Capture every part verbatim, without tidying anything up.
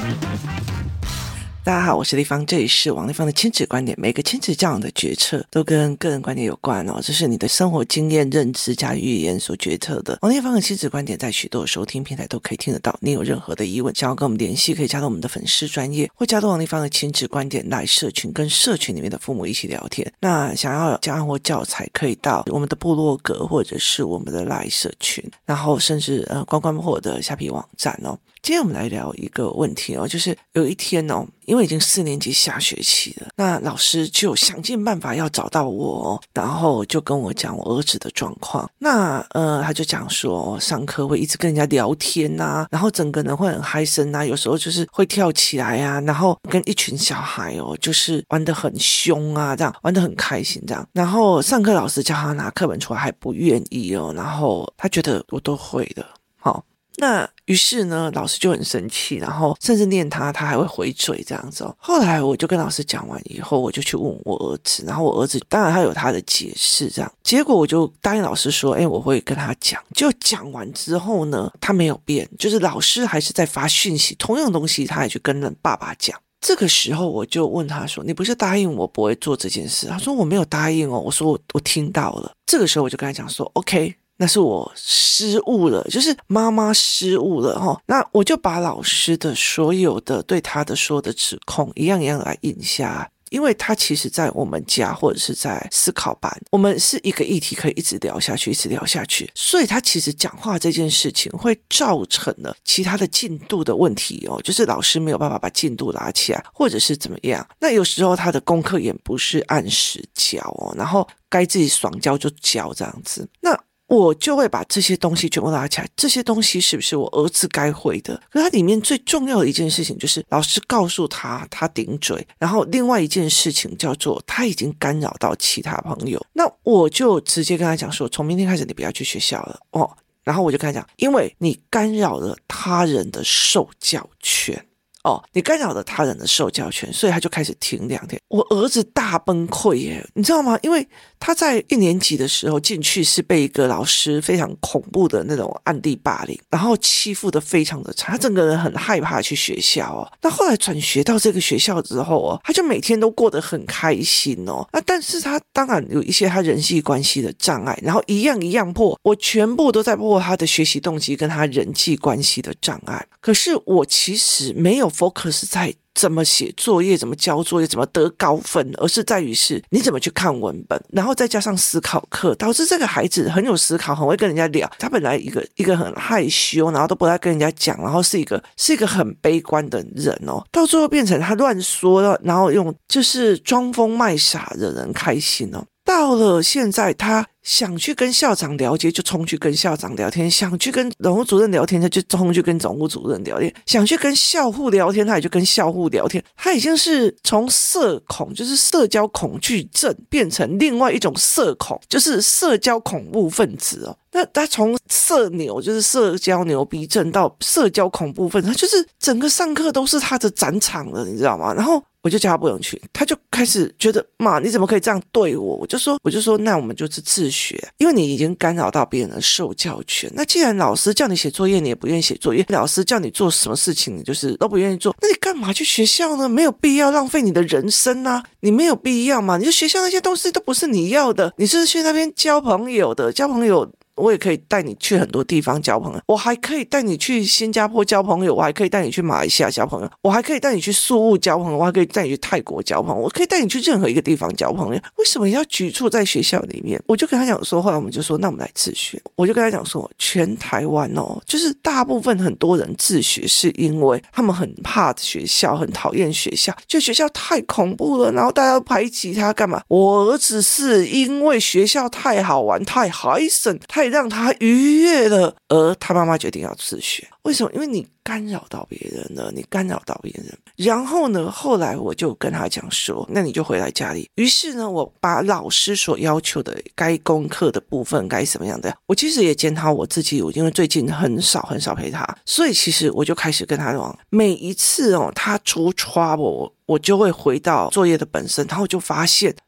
大家好，我是立方，这里是王立方的亲子观点。每个亲子教养的决策都跟个人观点有关哦，这是你的生活经验、认知加语言所决策的。王立方的亲子观点在许多的收听平台都可以听得到。你有任何的疑问想要跟我们联系，可以加入我们的粉丝专页，或加入王立方的亲子观点来社群，跟社群里面的父母一起聊天。那想要教案或教材，可以到我们的部落格或者是我们的 LINE 社群，然后甚至呃关关破的虾皮网站哦。今天我们来聊一个问题哦，就是有一天哦，因为已经四年级下学期了，那老师就想尽办法要找到我哦，然后就跟我讲我儿子的状况。那呃，他就讲说上课会一直跟人家聊天啊，然后整个人会很嗨声啊，有时候就是会跳起来啊，然后跟一群小孩哦，就是玩得很凶啊，这样玩得很开心这样。然后上课老师叫他拿课本出来还不愿意哦，然后他觉得我都会的，好。那于是呢，老师就很生气，然后甚至念他，他还会回嘴这样子哦。后来我就跟老师讲完以后，我就去问我儿子，然后我儿子当然他有他的解释这样。结果我就答应老师说，哎，我会跟他讲。就讲完之后呢，他没有变，就是老师还是在发讯息，同样的东西他也去跟人爸爸讲。这个时候我就问他说，你不是答应我不会做这件事？他说我没有答应哦。我说我我听到了。这个时候我就跟他讲说 OK，那是我失误了，就是妈妈失误了齁。那我就把老师的所有的对他的说的指控一样一样来印下，因为他其实在我们家或者是在思考班，我们是一个议题可以一直聊下去一直聊下去，所以他其实讲话这件事情会造成了其他的进度的问题哦，就是老师没有办法把进度拉起来，或者是怎么样。那有时候他的功课也不是按时交哦，然后该自己爽交就交这样子。那我就会把这些东西全部拉起来，这些东西是不是我儿子该会的？可是它里面最重要的一件事情就是老师告诉他他顶嘴，然后另外一件事情叫做他已经干扰到其他朋友。那我就直接跟他讲说，从明天开始你不要去学校了哦。然后我就跟他讲，因为你干扰了他人的受教权哦，你干扰了他人的受教权，所以他就开始停两天。我儿子大崩溃耶，你知道吗？因为他在一年级的时候进去是被一个老师非常恐怖的那种暗地霸凌，然后欺负的非常的惨，他整个人很害怕去学校哦。那后来转学到这个学校之后哦，他就每天都过得很开心哦。那但是他当然有一些他人际关系的障碍，然后一样一样破，我全部都在破他的学习动机跟他人际关系的障碍。可是我其实没有 focus 在怎么写作业，怎么交作业，怎么得高分，而是在于是你怎么去看文本，然后再加上思考课，导致这个孩子很有思考，很会跟人家聊。他本来一个一个很害羞，然后都不太跟人家讲，然后是一个是一个很悲观的人哦，到最后变成他乱说，然后用就是装疯卖傻惹人开心哦。到了现在，他想去跟校长了解就冲去跟校长聊天，想去跟总务主任聊天他就冲去跟总务主任聊天，想去跟校护聊天他也就跟校护聊天。他已经是从社恐，就是社交恐惧症，变成另外一种社恐，就是社交恐怖分子哦。那他从社牛，就是社交牛逼症，到社交恐怖分子，他就是整个上课都是他的战场了，你知道吗？然后我就叫他不用去，他就开始觉得妈，你怎么可以这样对我？我就说，我就说，那我们就是自学，因为你已经干扰到别人的受教权。那既然老师叫你写作业，你也不愿意写作业；老师叫你做什么事情，你就是都不愿意做。那你干嘛去学校呢？没有必要浪费你的人生啊！你没有必要嘛？你就学校那些东西都不是你要的，你是去那边交朋友的，交朋友。我也可以带你去很多地方交朋友，我还可以带你去新加坡交朋友，我还可以带你去马来西亚交朋友，我还可以带你去宿务交朋友，我还可以带你去泰国交朋友，我可以带你去任何一个地方交朋友。为什么要局促在学校里面？我就跟他讲说，后来我们就说，那我们来自学。我就跟他讲说，全台湾哦，就是大部分很多人自学是因为他们很怕学校，很讨厌学校，就学校太恐怖了，然后大家都排挤他干嘛？我儿子是因为学校太好玩，太嗨森，太让他愉悦了，而他妈妈决定要自学。为什么？因为你干扰到别人了，你干扰到别人。然后呢，后来我就跟他讲说，那你就回来家里。于是呢，我把老师所要求的该功课的部分该什么样的，我其实也检讨我自己，我因为最近很少很少陪他，所以其实我就开始跟他讲，每一次哦，他出 trouble，我就会回到作业的本身，然后就发现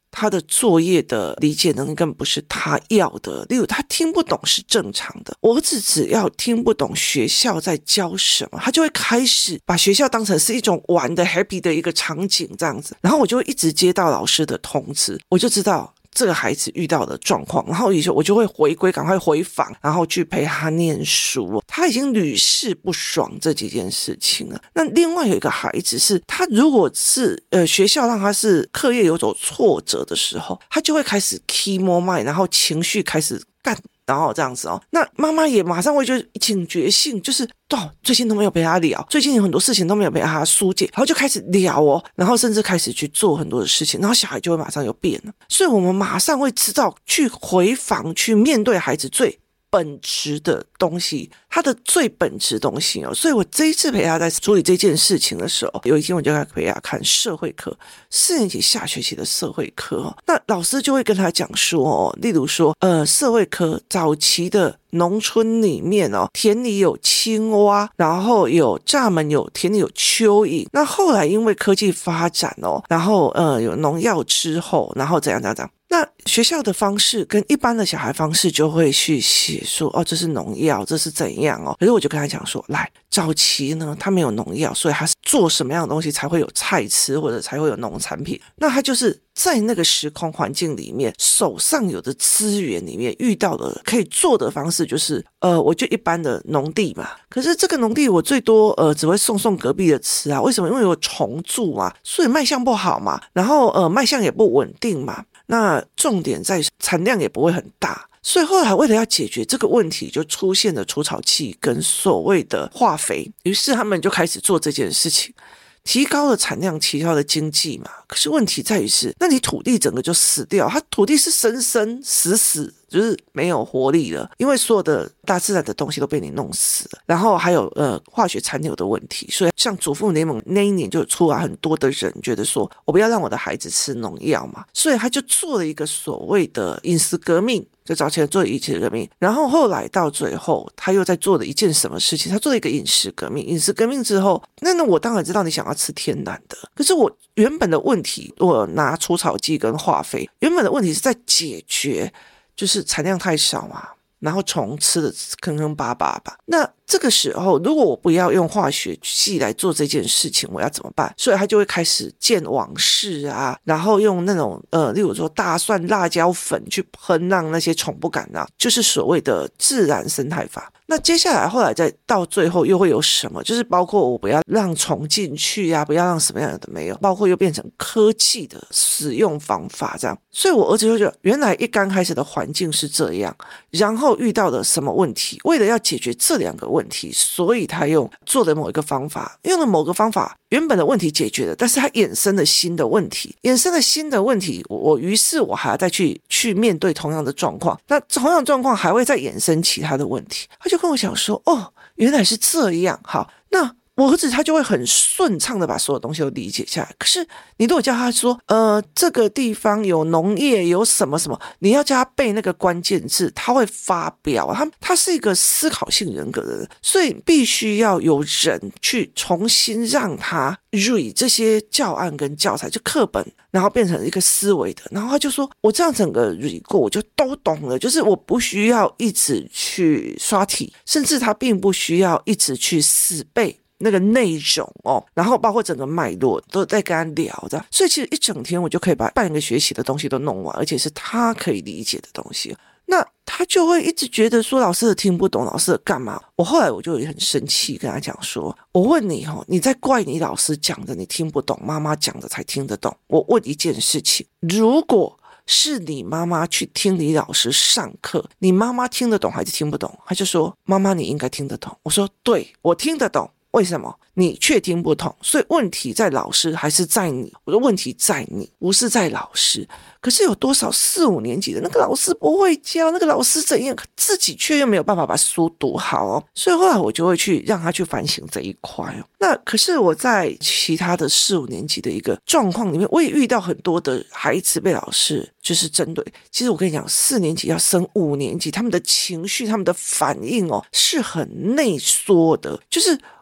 他的作业的理解能力根本不是他要的，例如他听不懂是正常的。我儿子只要听不懂学校在教什么，他就会开始把学校当成是一种玩的 happy 的一个场景这样子，然后我就会一直接到老师的通知，我就知道这个孩子遇到的状况，然后我就会回归，赶快回访，然后去陪他念书。他已经屡试不爽这几件事情了。那另外有一个孩子是，他如果是呃学校让他是课业有所挫折的时候，他就会开始 key more mind， 然后情绪开始干。然后这样子哦，那妈妈也马上会就警觉性，就是哦，最近都没有陪他聊，最近有很多事情都没有陪他疏解，然后就开始聊哦，然后甚至开始去做很多的事情，然后小孩就会马上有变了，所以我们马上会知道去回访，去面对孩子最本质的东西，他的最本质东西哦。所以我这一次陪他在处理这件事情的时候，有一天我就陪他看社会课，四年级下学期的社会课哦，那老师就会跟他讲说哦，例如说呃，社会课早期的农村里面哦，田里有青蛙，然后有栅门，有田里有蚯蚓。那后来因为科技发展哦，然后呃有农药之后，然后怎样怎样怎样。那学校的方式跟一般的小孩方式就会去写说哦，这是农药，这是怎样哦。可是我就跟他讲说，来，早期呢他没有农药，所以他是做什么样的东西才会有菜吃，或者才会有农产品。那他就是在那个时空环境里面，手上有的资源里面遇到的可以做的方式就是呃，我就一般的农地嘛。可是这个农地我最多呃只会送送隔壁的吃啊。为什么？因为有虫蛀嘛，所以卖相不好嘛，然后呃卖相也不稳定嘛。那重点在产量也不会很大，所以后来为了要解决这个问题，就出现了除草剂跟所谓的化肥，于是他们就开始做这件事情，提高了产量，提高了经济嘛。可是问题在于是，那你土地整个就死掉，它土地是生生死死，就是没有活力了，因为所有的大自然的东西都被你弄死了，然后还有呃化学残留的问题。所以像祖父联盟那一年就出来很多的人觉得说，我不要让我的孩子吃农药嘛，所以他就做了一个所谓的饮食革命，就早前做饮食革命，然后后来到最后他又在做了一件什么事情，他做了一个饮食革命。饮食革命之后，那那我当然知道你想要吃天然的，可是我原本的问题，我拿除草剂跟化肥，原本的问题是在解决就是产量太少嘛，然后虫吃的坑坑巴巴吧。那这个时候如果我不要用化学剂来做这件事情，我要怎么办？所以他就会开始建网室啊，然后用那种呃，例如说大蒜辣椒粉去喷，让那些虫不敢啊，就是所谓的自然生态法。那接下来后来再到最后又会有什么？就是包括我不要让虫进去啊，不要让什么样的没有，包括又变成科技的使用方法这样。所以我儿子就觉得原来一刚开始的环境是这样，然后遇到了什么问题，为了要解决这两个问题，所以他用做的某一个方法，用了某个方法，原本的问题解决了，但是他衍生了新的问题，衍生了新的问题，我于是我还要再去去面对同样的状况，那同样的状况还会再衍生其他的问题。他就跟我讲说，哦，原来是这样。好，那我儿子他就会很顺畅的把所有东西都理解下来。可是你如果叫他说呃，这个地方有农业有什么什么，你要叫他背那个关键字，他会发飙。他他是一个思考性人格的人，所以必须要有人去重新让他 read 这些教案跟教材，就课本，然后变成一个思维的。然后他就说，我这样整个 read 过我就都懂了，就是我不需要一直去刷题，甚至他并不需要一直去死背那个内容哦，然后包括整个脉络都在跟他聊的，所以其实一整天我就可以把半个学期的东西都弄完，而且是他可以理解的东西。那他就会一直觉得说老师的听不懂，老师的干嘛？我后来我就很生气，跟他讲说，我问你哦，你在怪你老师讲的你听不懂，妈妈讲的才听得懂。我问一件事情，如果是你妈妈去听你老师上课，你妈妈听得懂还是听不懂？他就说，妈妈你应该听得懂。我说对，我听得懂。为什么你却听不懂？所以问题在老师还是在你？我说问题在你，不是在老师。可是有多少四五年级的那个老师不会教，那个老师怎样，自己却又没有办法把书读好哦。所以后来我就会去让他去反省这一块哦。那可是我在其他的四五年级的一个状况里面，我也遇到很多的孩子被老师就是针对。其实我跟你讲，四年级要升五年级，他们的情绪、他们的反应哦是很内缩的，就是。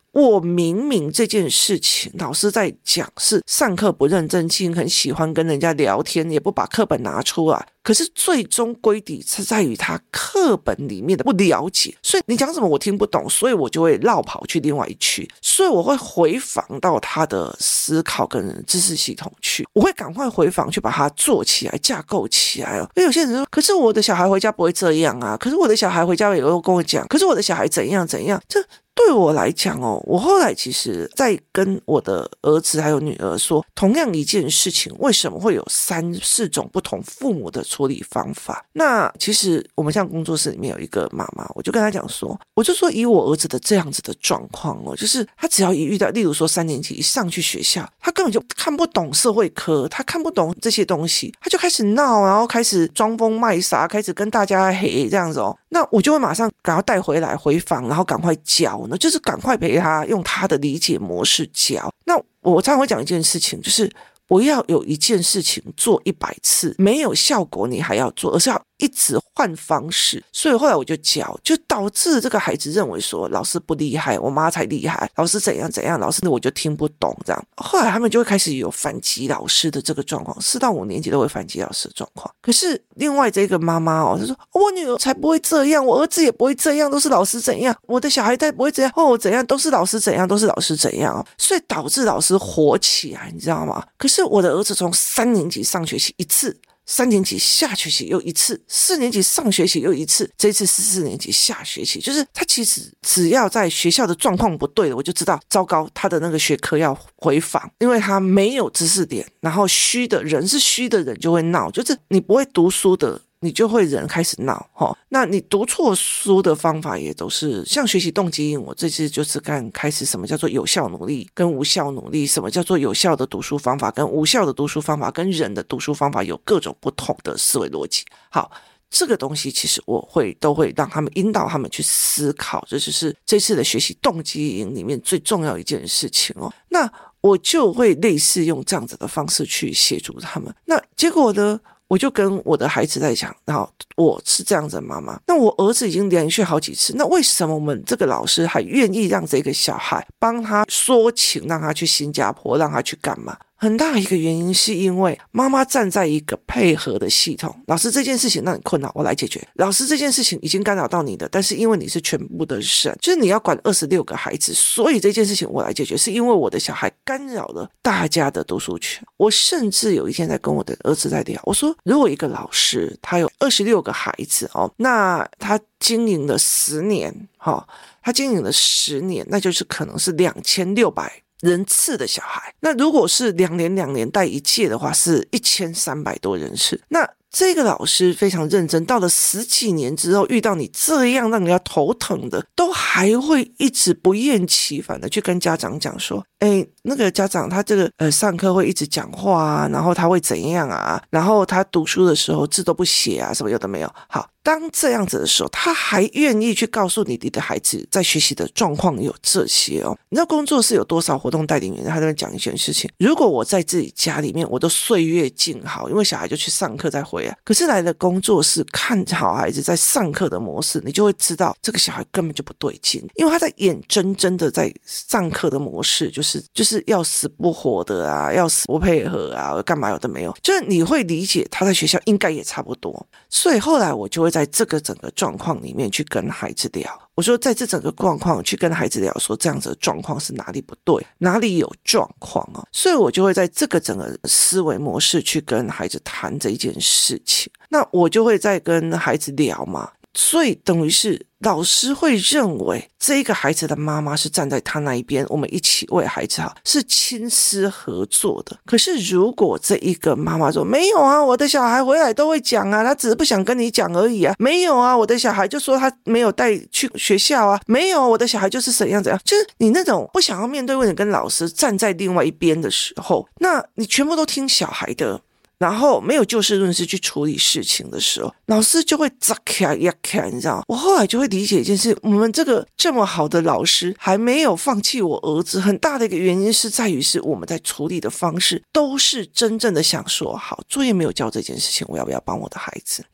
我明明这件事情老师在讲是上课不认真听，很喜欢跟人家聊天，也不把课本拿出来，可是最终归底是在于他课本里面的不了解，所以你讲什么我听不懂，所以我就会绕跑去另外一区，所以我会回访到他的思考跟知识系统去，我会赶快回访去把它做起来，架构起来哦。因为有些人说，可是我的小孩回家不会这样啊，可是我的小孩回家也会跟我讲，可是我的小孩怎样怎样，这对我来讲哦，我后来其实在跟我的儿子还有女儿说，同样一件事情为什么会有三四种不同父母的处理方法。那其实我们像工作室里面有一个妈妈，我就跟她讲说，我就说以我儿子的这样子的状况哦，就是他只要一遇到，例如说三年级一上去学校，他根本就看不懂社会科，他看不懂这些东西，他就开始闹，然后开始装疯卖傻，开始跟大家黑这样子哦。那我就会马上赶快带回来回访，然后赶快教呢，就是赶快陪他用他的理解模式教。那我常常会讲一件事情，就是不要有一件事情做一百次没有效果你还要做，而是要一直换方式。所以后来我就教，就导致这个孩子认为说老师不厉害，我妈才厉害，老师怎样怎样，老师我就听不懂这样。后来他们就会开始有反击老师的这个状况，四到五年级都会反击老师的状况。可是另外这个妈妈哦，她说我女儿才不会这样，我儿子也不会这样，都是老师怎样，我的小孩才不会这样，哦怎样都是老师怎样，都是老师怎样哦。所以导致老师火起来，你知道吗？可是我的儿子从三年级上学期一次，三年级下学期又一次，四年级上学期又一次，这一次是四年级下学期，就是他其实只要在学校的状况不对了，我就知道糟糕，他的那个学科要回访，因为他没有知识点，然后虚的人是虚的人就会闹，就是你不会读书的你就会人开始闹、哦、那你读错书的方法也都是像学习动机，我这次就是看开始什么叫做有效努力跟无效努力，什么叫做有效的读书方法跟无效的读书方法，跟人的读书方法有各种不同的思维逻辑。好，这个东西其实我会都会让他们引导他们去思考，这就是这次的学习动机营里面最重要一件事情哦。那我就会类似用这样子的方式去协助他们。那结果呢，我就跟我的孩子在讲，然后我是这样子的妈妈，那我儿子已经连续好几次，那为什么我们这个老师还愿意让这个小孩帮他说情，让他去新加坡，让他去干嘛？很大一个原因是因为妈妈站在一个配合的系统，老师这件事情让你困扰，我来解决，老师这件事情已经干扰到你的，但是因为你是全部的神，就是你要管二十六个孩子，所以这件事情我来解决，是因为我的小孩干扰了大家的读书权。我甚至有一天在跟我的儿子在聊，我说如果一个老师他有二十六个孩子哦，那他经营了十年、哦、他经营了十年，那就是可能是两千六百人次的小孩，那如果是两年两年带一届的话，是一千三百多人次。那这个老师非常认真，到了十几年之后遇到你这样让人家头疼的，都还会一直不厌其烦的去跟家长讲说，哎，那个家长他这个呃上课会一直讲话啊，然后他会怎样啊，然后他读书的时候字都不写啊，什么有的没有。好，当这样子的时候，他还愿意去告诉你你的孩子在学习的状况有这些哦。你知道工作室有多少活动带领员，他在那讲一件事情，如果我在自己家里面我都岁月静好，因为小孩就去上课再回来，可是来了工作室看好孩子在上课的模式，你就会知道这个小孩根本就不对劲，因为他在眼睁睁的在上课的模式就是就是要死不活的啊，要死不配合啊，干嘛有的没有，就是你会理解他在学校应该也差不多。所以后来我就会在这个整个状况里面去跟孩子聊，我说在这整个状况去跟孩子聊说这样子的状况是哪里不对，哪里有状况啊，所以我就会在这个整个思维模式去跟孩子谈这一件事情。那我就会再跟孩子聊嘛，所以等于是老师会认为这个孩子的妈妈是站在他那一边，我们一起为孩子好，是亲师合作的。可是如果这一个妈妈说没有啊，我的小孩回来都会讲啊，他只是不想跟你讲而已啊，没有啊，我的小孩就说他没有带去学校啊，没有，我的小孩就是怎样怎样，就是你那种不想要面对问题跟老师站在另外一边的时候，那你全部都听小孩的，然后没有就事论事去处理事情的时候，老师就会扎卡呀卡，你知道吗？我后来就会理解一件事，我们这个这么好的老师还没有放弃我儿子，很大的一个原因是在于是我们在处理的方式都是真正的想说好，作业没有交这件事情，我要不要帮我的孩子？那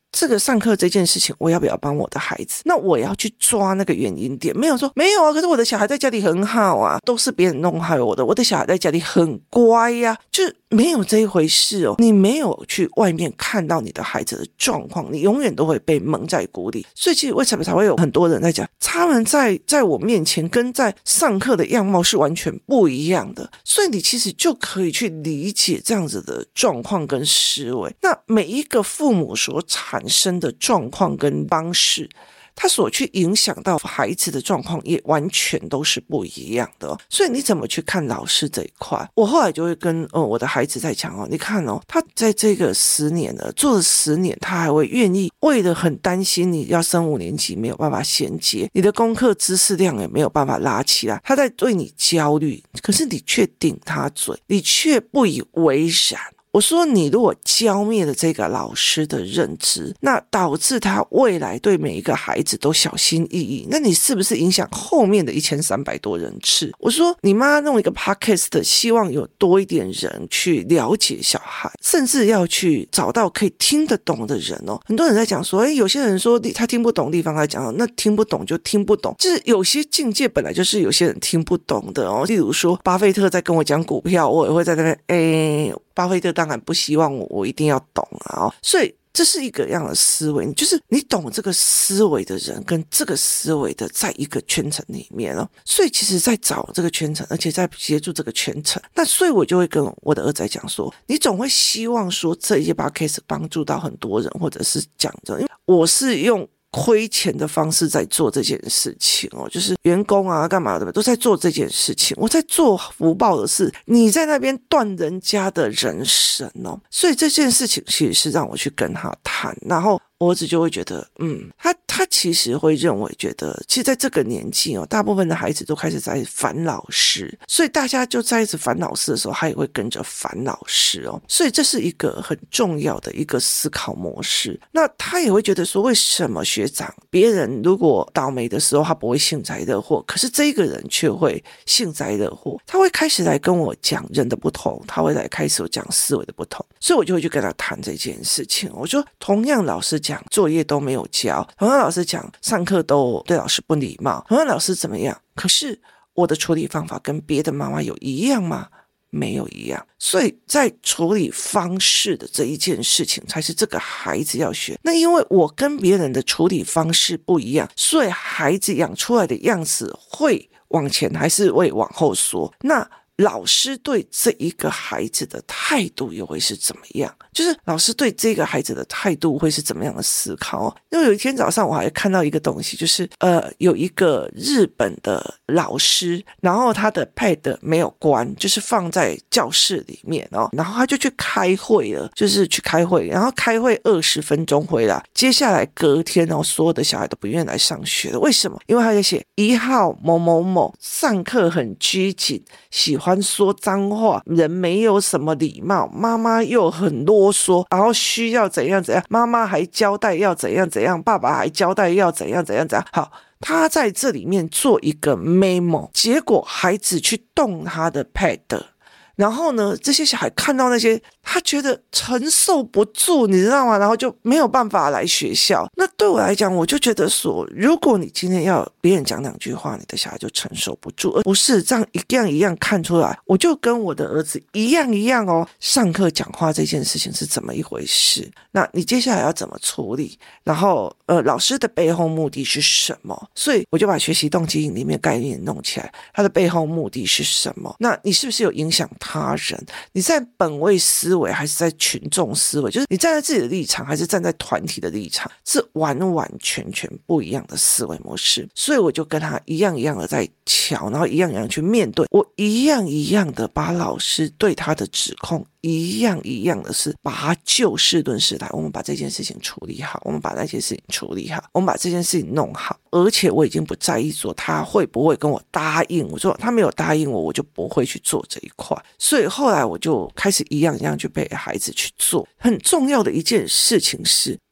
这个上课这件事情，我要不要帮我的孩子？那我要去抓那个原因点，没有说没有啊，可是我的小孩在家里很好啊，都是别人弄害我的，我的小孩在家里很乖呀、啊，就没有这一回事哦。你没有去外面看到你的孩子的状况，你永远都会被蒙在鼓里。所以其实为什么才会有很多人在讲，他们在在我面前跟在上课的样貌是完全不一样的，所以你其实就可以去理解这样子的状况跟思维。那每一个父母所产生的状况跟方式，他所去影响到孩子的状况也完全都是不一样的、哦、所以你怎么去看老师这一块？我后来就会跟、呃、我的孩子在讲哦，你看哦，他在这个十年了，做了十年，他还会愿意为了很担心你要升五年级没有办法衔接，你的功课知识量也没有办法拉起来，他在对你焦虑，可是你却顶他嘴，你却不以为然。我说你如果浇灭了这个老师的认知，那导致他未来对每一个孩子都小心翼翼，那你是不是影响后面的一千三百多人次？我说你妈弄一个 podcast， 希望有多一点人去了解小孩，甚至要去找到可以听得懂的人哦。很多人在讲说，诶，有些人说他听不懂地方，他讲那听不懂就听不懂，就是有些境界本来就是有些人听不懂的哦。例如说巴菲特在跟我讲股票，我也会在那边诶。巴菲特当然不希望我我一定要懂啊、哦，所以这是一个样的思维，就是你懂这个思维的人跟这个思维的在一个圈层里面哦，所以其实在找这个圈层，而且在协助这个圈层，那所以我就会跟我的儿子讲说，你总会希望说这一些 podcast 帮助到很多人，或者是讲着，因为我是用亏钱的方式在做这件事情哦，就是员工啊干嘛的都在做这件事情，我在做福报的事，你在那边断人家的人生哦，所以这件事情其实是让我去跟他谈，然后我儿子就会觉得嗯，他他其实会认为觉得其实在这个年纪哦，大部分的孩子都开始在烦老师，所以大家就在一直烦老师的时候，他也会跟着烦老师哦，所以这是一个很重要的一个思考模式。那他也会觉得说，为什么学长别人如果倒霉的时候他不会幸灾乐祸，可是这个人却会幸灾乐祸，他会开始来跟我讲人的不同，他会来开始讲思维的不同，所以我就会去跟他谈这件事情。我说同样老师讲作业都没有交，同样老师讲上课都对老师不礼貌，同样老师怎么样，可是我的处理方法跟别的妈妈有一样吗？没有一样。所以在处理方式的这一件事情才是这个孩子要学。那因为我跟别人的处理方式不一样，所以孩子养出来的样子会往前还是会往后缩，那老师对这一个孩子的态度又会是怎么样？就是老师对这个孩子的态度会是怎么样的思考哦？因为有一天早上我还看到一个东西，就是呃有一个日本的老师，然后他的 pad 没有关，就是放在教室里面哦，然后他就去开会了，就是去开会，然后开会二十分钟回来，接下来隔天哦，所有的小孩都不愿意来上学了。为什么？因为他在写一号某某某上课很拘谨，喜欢说脏话，人没有什么礼貌，妈妈又很啰嗦，然后需要怎样怎样，妈妈还交代要怎样怎样，爸爸还交代要怎样怎样怎样。好，他在这里面做一个 memo， 结果孩子去动他的 pad， 然后呢，这些小孩看到那些，他觉得承受不住，你知道吗？然后就没有办法来学校。那对我来讲，我就觉得说，如果你今天要别人讲两句话，你的小孩就承受不住，而不是这样一样一样看出来。我就跟我的儿子一样一样哦，上课讲话这件事情是怎么一回事？那你接下来要怎么处理？然后呃，老师的背后目的是什么？所以我就把学习动机里面概念弄起来，它的背后目的是什么？那你是不是有影响他人？你在本位思维还是在群众思维？就是你站在自己的立场还是站在团体的立场，是完完全全不一样的思维模式。所以我就跟他一样一样的在瞧，然后一样一样去面对，我一样一样的把老师对他的指控一样一样的是把它就事论事来，我们把这件事情处理好，我们把那些事情处理好，我们把这件事情弄好。而且我已经不在意说他会不会跟我答应，我说他没有答应我，我就不会去做这一块。所以后来我就开始一样一样去陪孩子去做。很重要的一件事情是，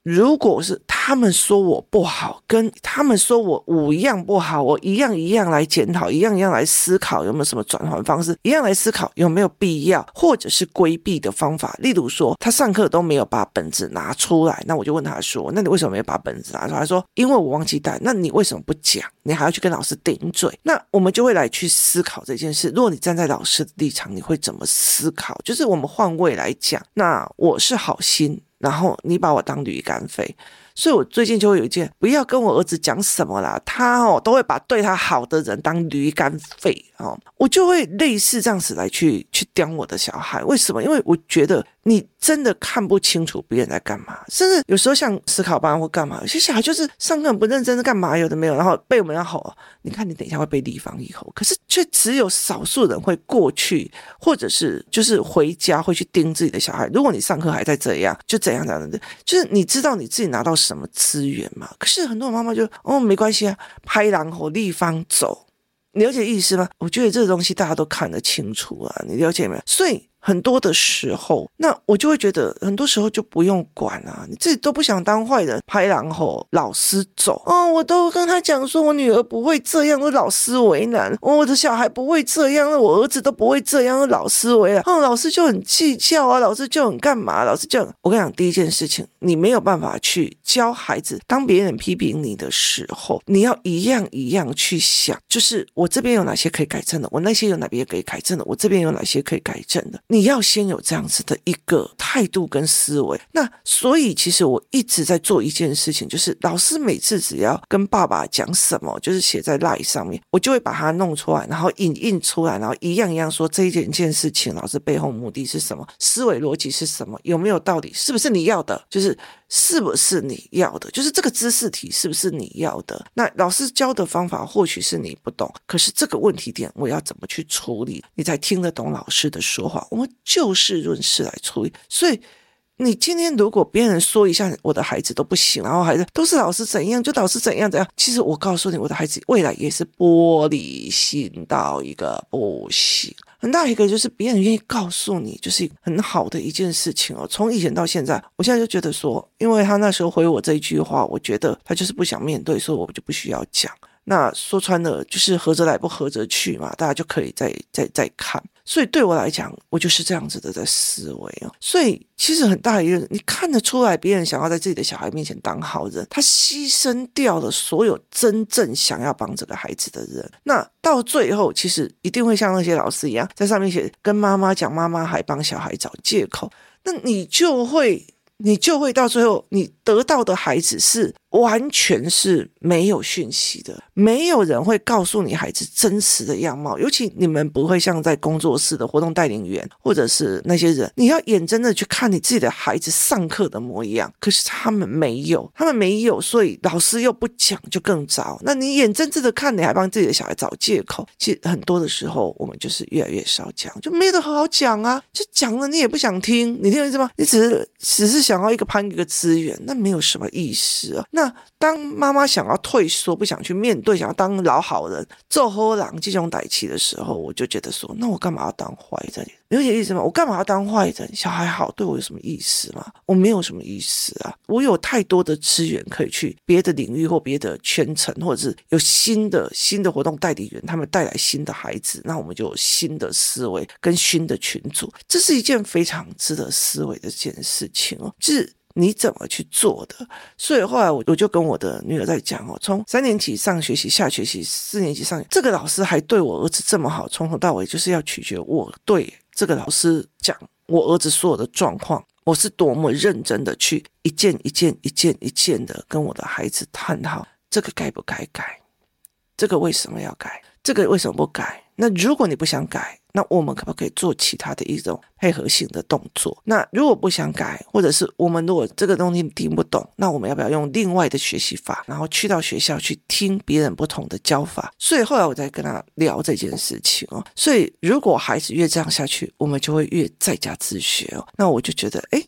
如果是他们说我不好，跟他们说我五样不好，我一样一样来检讨，一样一样来思考有没有什么转换方式，一样来思考有没有必要或者是规避的方法。例如说他上课都没有把本子拿出来，那我就问他说，那你为什么没有把本子拿出来？他说因为我忘记带。那你为什么不讲？你还要去跟老师顶嘴？那我们就会来去思考这件事。如果你站在老师的立场，你会怎么思考？就是我们换位来讲，那我是好心，然后你把我当驴肝肺，所以我最近就会有一件，不要跟我儿子讲什么啦，他哦都会把对他好的人当驴肝肺哦，我就会类似这样子来去去刁我的小孩。为什么？因为我觉得你真的看不清楚别人在干嘛，甚至有时候像思考班或干嘛，有些小孩就是上课很不认真干嘛，有的没有，然后被我们要吼，你看你等一下会被地方以后，可是却只有少数人会过去，或者是就是回家会去盯自己的小孩。如果你上课还在这样，就怎样怎样的，就是你知道你自己拿到什么资源嘛？可是很多妈妈就哦没关系啊，拍狼吼立方走，你了解意思吗？我觉得这个东西大家都看得清楚啊，你了解没有？所以很多的时候，那我就会觉得很多时候就不用管啊，你自己都不想当坏人，拍狼吼老师走哦，我都跟他讲说我女儿不会这样，老师为难、哦、我的小孩不会这样，我儿子都不会这样，老师为难哦，老师就很计较啊，老师就很干嘛，老师就很……我跟你讲，第一件事情，你没有办法去教孩子，当别人批评你的时候，你要一样一样去想，就是我这边有哪些可以改正的，我那些有哪边可以改正的，我这边有哪些可以改正的，你要先有这样子的一个态度跟思维。那所以其实我一直在做一件事情，就是老师每次只要跟爸爸讲什么，就是写在 LINE 上面，我就会把它弄出来，然后影印出来，然后一样一样说这一件件事情老师背后目的是什么，思维逻辑是什么，有没有道理，是不是你要的，就是是不是你要的，就是这个知识题是不是你要的。那老师教的方法或许是你不懂，可是这个问题点我要怎么去处理，你才听得懂老师的说话。我们就事论事来处理。所以你今天如果别人说一下我的孩子都不行，然后孩子都是老师怎样就老师怎样怎样，其实我告诉你，我的孩子未来也是玻璃心到一个不行。很大一个就是别人愿意告诉你，就是很好的一件事情哦。从以前到现在，我现在就觉得说，因为他那时候回我这一句话，我觉得他就是不想面对，所以我就不需要讲。那说穿了就是合着来不合着去嘛，大家就可以再再再看。所以对我来讲，我就是这样子的在思维哦。所以其实很大一个，你看得出来别人想要在自己的小孩面前当好人，他牺牲掉了所有真正想要帮这个孩子的人。那到最后其实一定会像那些老师一样，在上面写跟妈妈讲，妈妈还帮小孩找借口，那你就会你就会到最后你得到的孩子是完全是没有讯息的，没有人会告诉你孩子真实的样貌。尤其你们不会像在工作室的活动带领员或者是那些人，你要眼睁睁去看你自己的孩子上课的模样，可是他们没有他们没有所以老师又不讲就更糟。那你眼睁睁的看，你还帮自己的小孩找借口。其实很多的时候我们就是越来越少讲，就没得好好讲啊，就讲了你也不想听，你听我意思吗？你只是只是想要一个攀一个资源，那没有什么意思啊。那当妈妈想要退缩，不想去面对，想要当老好人做好人这种代志的时候，我就觉得说，那我干嘛要当坏人？你有点意思吗？我干嘛要当坏人？小孩好对我有什么意思吗？我没有什么意思啊。我有太多的资源可以去别的领域或别的圈层，或者是有新的新的活动代理员，他们带来新的孩子，那我们就有新的思维跟新的群组，这是一件非常值得思维的一件事情哦，就是你怎么去做的。所以后来我我就跟我的女儿在讲哦，从三年级上学期、下学期、四年级上，这个老师还对我儿子这么好，从头到尾就是要取决我对这个老师讲我儿子所有的状况，我是多么认真的去一件一件一件一件的跟我的孩子探讨，这个该不该改，这个为什么要改，这个为什么不改。那如果你不想改，那我们可不可以做其他的一种配合性的动作？那如果不想改，或者是我们如果这个东西听不懂，那我们要不要用另外的学习法，然后去到学校去听别人不同的教法？所以后来我在跟他聊这件事情哦。所以如果孩子越这样下去，我们就会越在家自学哦。那我就觉得，哎，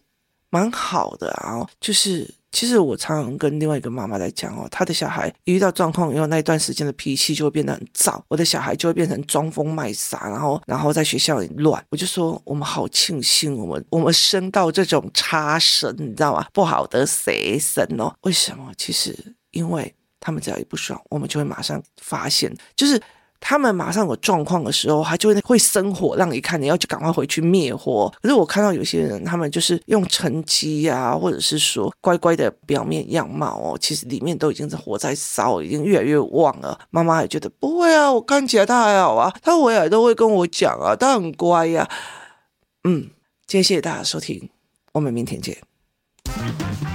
蛮好的啊，就是其实我常常跟另外一个妈妈在讲哦，她的小孩一遇到状况以后，那一段时间的脾气就会变得很躁，我的小孩就会变成装疯卖傻，然后然后在学校里乱。我就说我们好庆幸我们我们生到这种差生，你知道吗？不好的谁生哦？为什么？其实因为他们只要一不爽，我们就会马上发现，就是他们马上有状况的时候，他就会会生火让你看，你要就赶快回去灭火。可是我看到有些人，他们就是用成绩啊，或者是说乖乖的表面样貌哦，其实里面都已经是火在烧，已经越来越旺了。妈妈也觉得不会啊，我看起来他还好啊，他回来都会跟我讲啊，他很乖呀、啊。嗯，今天谢谢大家收听，我们明天见。